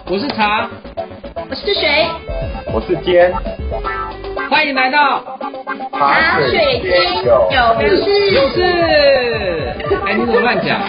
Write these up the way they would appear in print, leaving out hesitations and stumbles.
我是茶， 我是水， 我是坚， 欢迎来到茶水间有事。 哎，你怎么乱讲？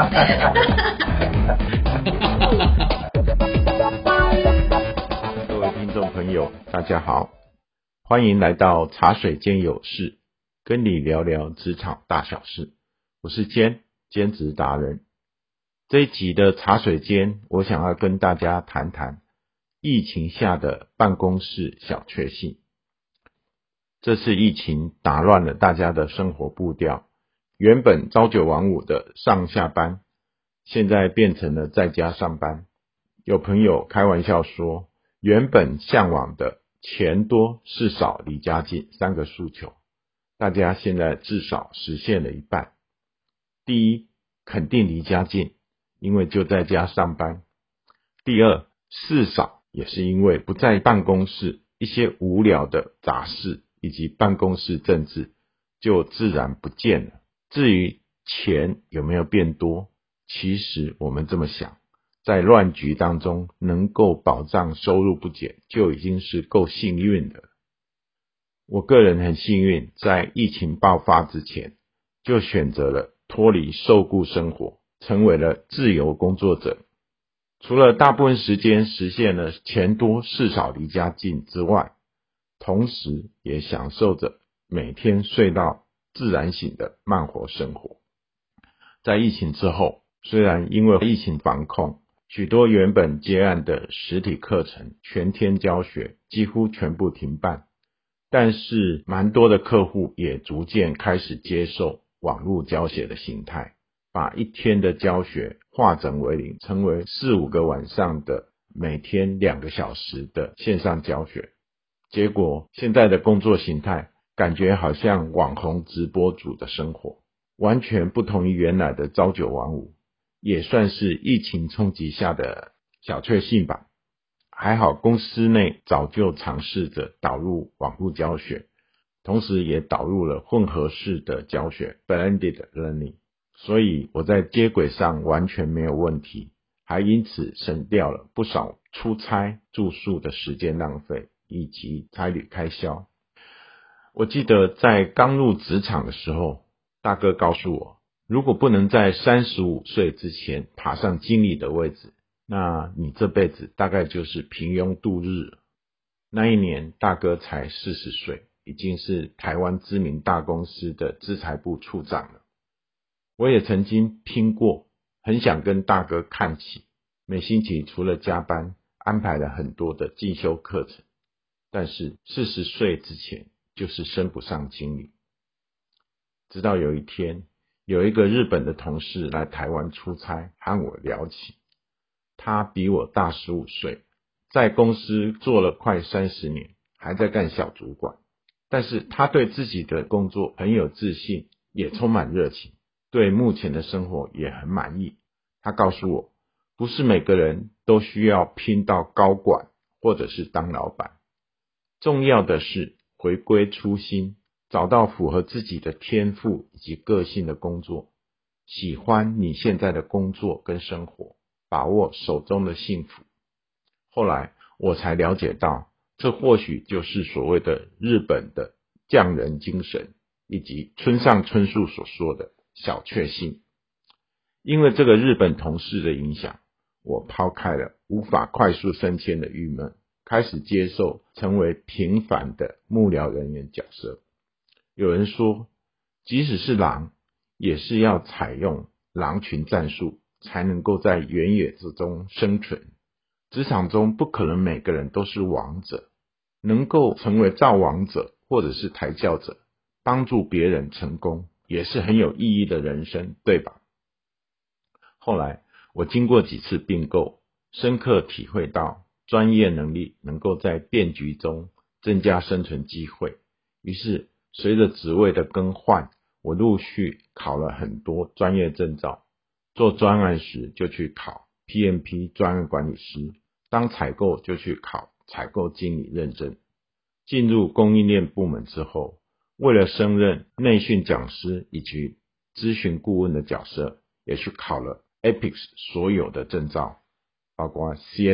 各位听众朋友，大家好，欢迎来到茶水间有事，跟你聊聊职场大小事。我是坚，兼职达人。这一集的茶水间，我想要跟大家谈谈疫情下的办公室小确幸。这次疫情打乱了大家的生活步调，原本朝九晚五的上下班，现在变成了在家上班。有朋友开玩笑说，原本向往的钱多事少离家近3个诉求，大家现在至少实现了一半。第一，肯定离家近，因为就在家上班。第二，事少，也是因为不在办公室，一些无聊的杂事以及办公室政治就自然不见了。至于钱有没有变多，其实我们这么想，在乱局当中能够保障收入不减，就已经是够幸运的。我个人很幸运，在疫情爆发之前就选择了脱离受雇生活，成为了自由工作者。除了大部分时间实现了钱多事少离家近之外，同时也享受着每天睡到自然醒的慢活生活。在疫情之后，虽然因为疫情防控，许多原本接案的实体课程全天教学几乎全部停办，但是蛮多的客户也逐渐开始接受网络教学的形态，把一天的教学化整为零，成为4-5个晚上的每天2个小时的线上教学。结果现在的工作形态感觉好像网红直播主的生活，完全不同于原来的朝九晚五，也算是疫情冲击下的小确幸吧。还好公司内早就尝试着导入网络教学，同时也导入了混合式的教学 blended learning， 所以我在接轨上完全没有问题，还因此省掉了不少出差住宿的时间浪费以及差旅开销。我记得在刚入职场的时候，大哥告诉我，如果不能在35岁之前爬上经理的位置，那你这辈子大概就是平庸度日了。那一年大哥才40岁，已经是台湾知名大公司的资财部处长了。我也曾经拼过，很想跟大哥看齐，每星期除了加班，安排了很多的进修课程，但是40岁之前就是升不上经理。直到有一天，有一个日本的同事来台湾出差，和我聊起，他比我大15岁，在公司做了快30年，还在干小主管，但是他对自己的工作很有自信，也充满热情，对目前的生活也很满意。他告诉我，不是每个人都需要拼到高管或者是当老板，重要的是回归初心，找到符合自己的天赋以及个性的工作，喜欢你现在的工作跟生活，把握手中的幸福。后来我才了解到，这或许就是所谓的日本的匠人精神，以及村上春树所说的小确幸。因为这个日本同事的影响，我抛开了无法快速升迁的郁闷，开始接受成为平凡的幕僚人员角色。有人说，即使是狼，也是要采用狼群战术，才能够在原野之中生存。职场中不可能每个人都是王者，能够成为造王者或者是抬轿者，帮助别人成功，也是很有意义的人生，对吧？后来我经过几次并购，深刻体会到专业能力能够在变局中增加生存机会。于是随着职位的更换，我陆续考了很多专业证照，做专案时就去考 PMP 专案管理师，当采购就去考采购经理认证。进入供应链部门之后，为了升任内训讲师以及咨询顾问的角色，也去考了 EPICS 所有的证照。 包括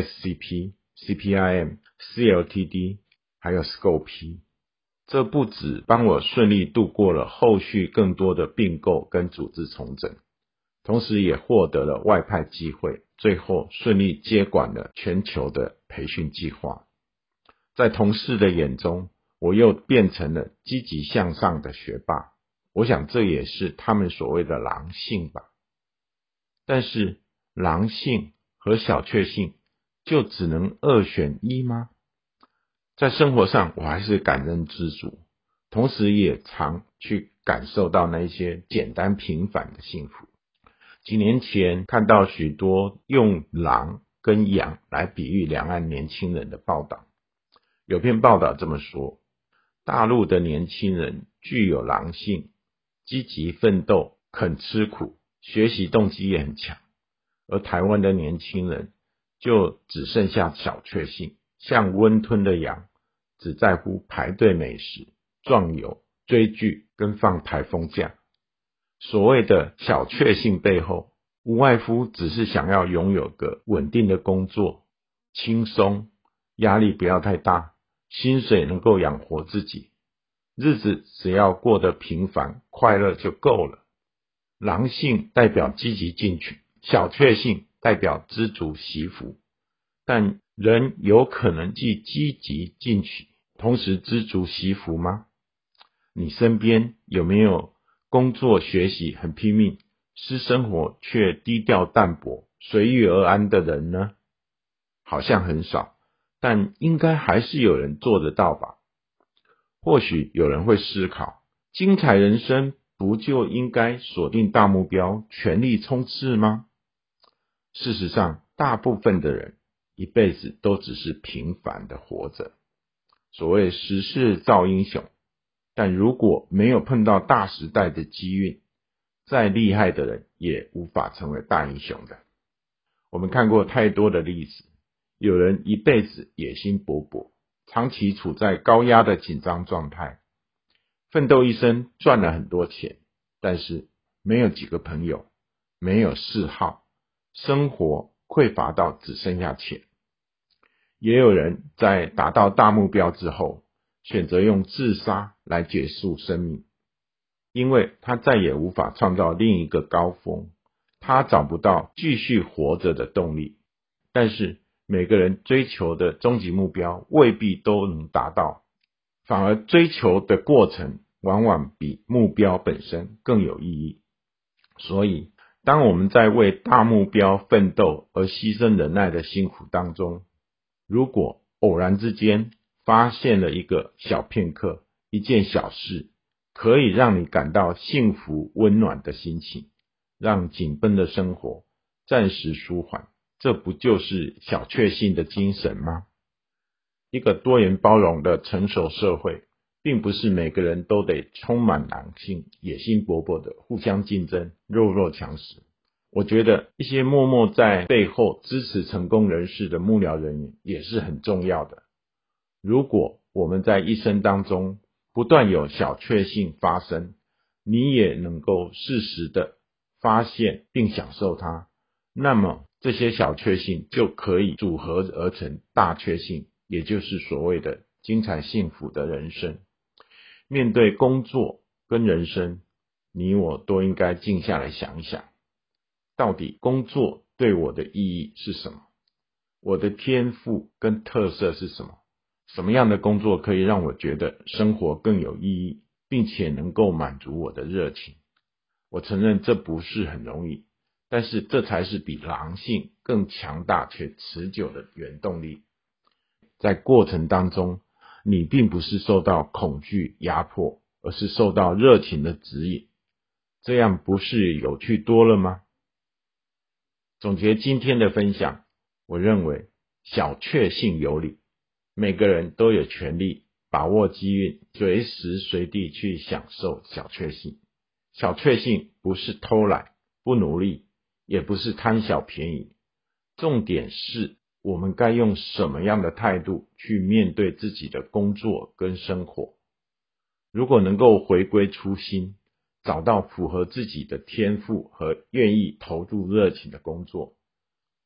CSCP、CPIM、CLTD 还有 SCOP。 这不只帮我顺利度过了后续更多的并购跟组织重整，同时也获得了外派机会，最后顺利接管了全球的培训计划。在同事的眼中，我又变成了积极向上的学霸，我想这也是他们所谓的狼性吧。但是狼性和小确幸就只能二选一吗？在生活上我还是感恩知足，同时也常去感受到那些简单平凡的幸福。几年前看到许多用狼跟羊来比喻两岸年轻人的报道，有篇报道这么说，大陆的年轻人具有狼性，积极奋斗，肯吃苦，学习动机也很强，而台湾的年轻人就只剩下小确幸，像温吞的羊，只在乎排队美食、壮游、追剧跟放台风假。所谓的小确幸背后，无外乎只是想要拥有个稳定的工作，轻松，压力不要太大，薪水能够养活自己，日子只要过得平凡快乐就够了。狼性代表积极进取，小确幸代表知足惜福。但人有可能既积极进取，同时知足惜福吗？你身边有没有工作学习很拼命，私生活却低调淡泊，随遇而安的人呢？好像很少，但应该还是有人做得到吧。或许有人会思考，精彩人生不就应该锁定大目标，全力冲刺吗？事实上，大部分的人一辈子都只是平凡的活着。所谓时势造英雄，但如果没有碰到大时代的机运，再厉害的人也无法成为大英雄的。我们看过太多的例子，有人一辈子野心勃勃，长期处在高压的紧张状态，奋斗一生赚了很多钱，但是没有几个朋友，没有嗜好，生活匮乏到只剩下钱。也有人在达到大目标之后，选择用自杀来结束生命，因为他再也无法创造另一个高峰，他找不到继续活着的动力。但是每个人追求的终极目标未必都能达到，反而追求的过程往往比目标本身更有意义。所以当我们在为大目标奋斗而牺牲忍耐的辛苦当中，如果偶然之间发现了一个小片刻，一件小事，可以让你感到幸福温暖的心情，让紧绷的生活暂时舒缓，这不就是小确幸的精神吗？一个多元包容的成熟社会，并不是每个人都得充满狼性，野心勃勃的互相竞争，弱肉强食。我觉得一些默默在背后支持成功人士的幕僚人员也是很重要的。如果我们在一生当中不断有小确幸发生，你也能够适时的发现并享受它，那么这些小确幸就可以组合而成大确幸，也就是所谓的精彩幸福的人生。面对工作跟人生，你我都应该静下来想一想，到底工作对我的意义是什么？我的天赋跟特色是什么？什么样的工作可以让我觉得生活更有意义，并且能够满足我的热情？我承认这不是很容易，但是这才是比狼性更强大且持久的原动力。在过程当中，你并不是受到恐惧压迫，而是受到热情的指引，这样不是有趣多了吗？总结今天的分享，我认为小确幸有理，每个人都有权利把握机运，随时随地去享受小确幸。小确幸不是偷懒，不努力，也不是贪小便宜，重点是我们该用什么样的态度去面对自己的工作跟生活。如果能够回归初心，找到符合自己的天赋和愿意投入热情的工作，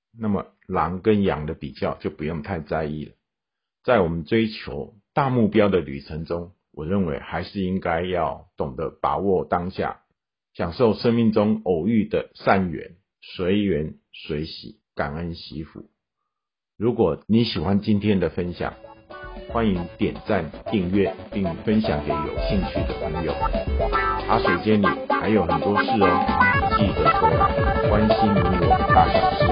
那么狼跟羊的比较就不用太在意了。在我们追求大目标的旅程中，我认为还是应该要懂得把握当下，享受生命中偶遇的善缘，随缘随喜，感恩惜福。如果你喜欢今天的分享，欢迎点赞、订阅并分享给有兴趣的朋友。茶水间里还有很多事哦，记得回来关心你我大小事。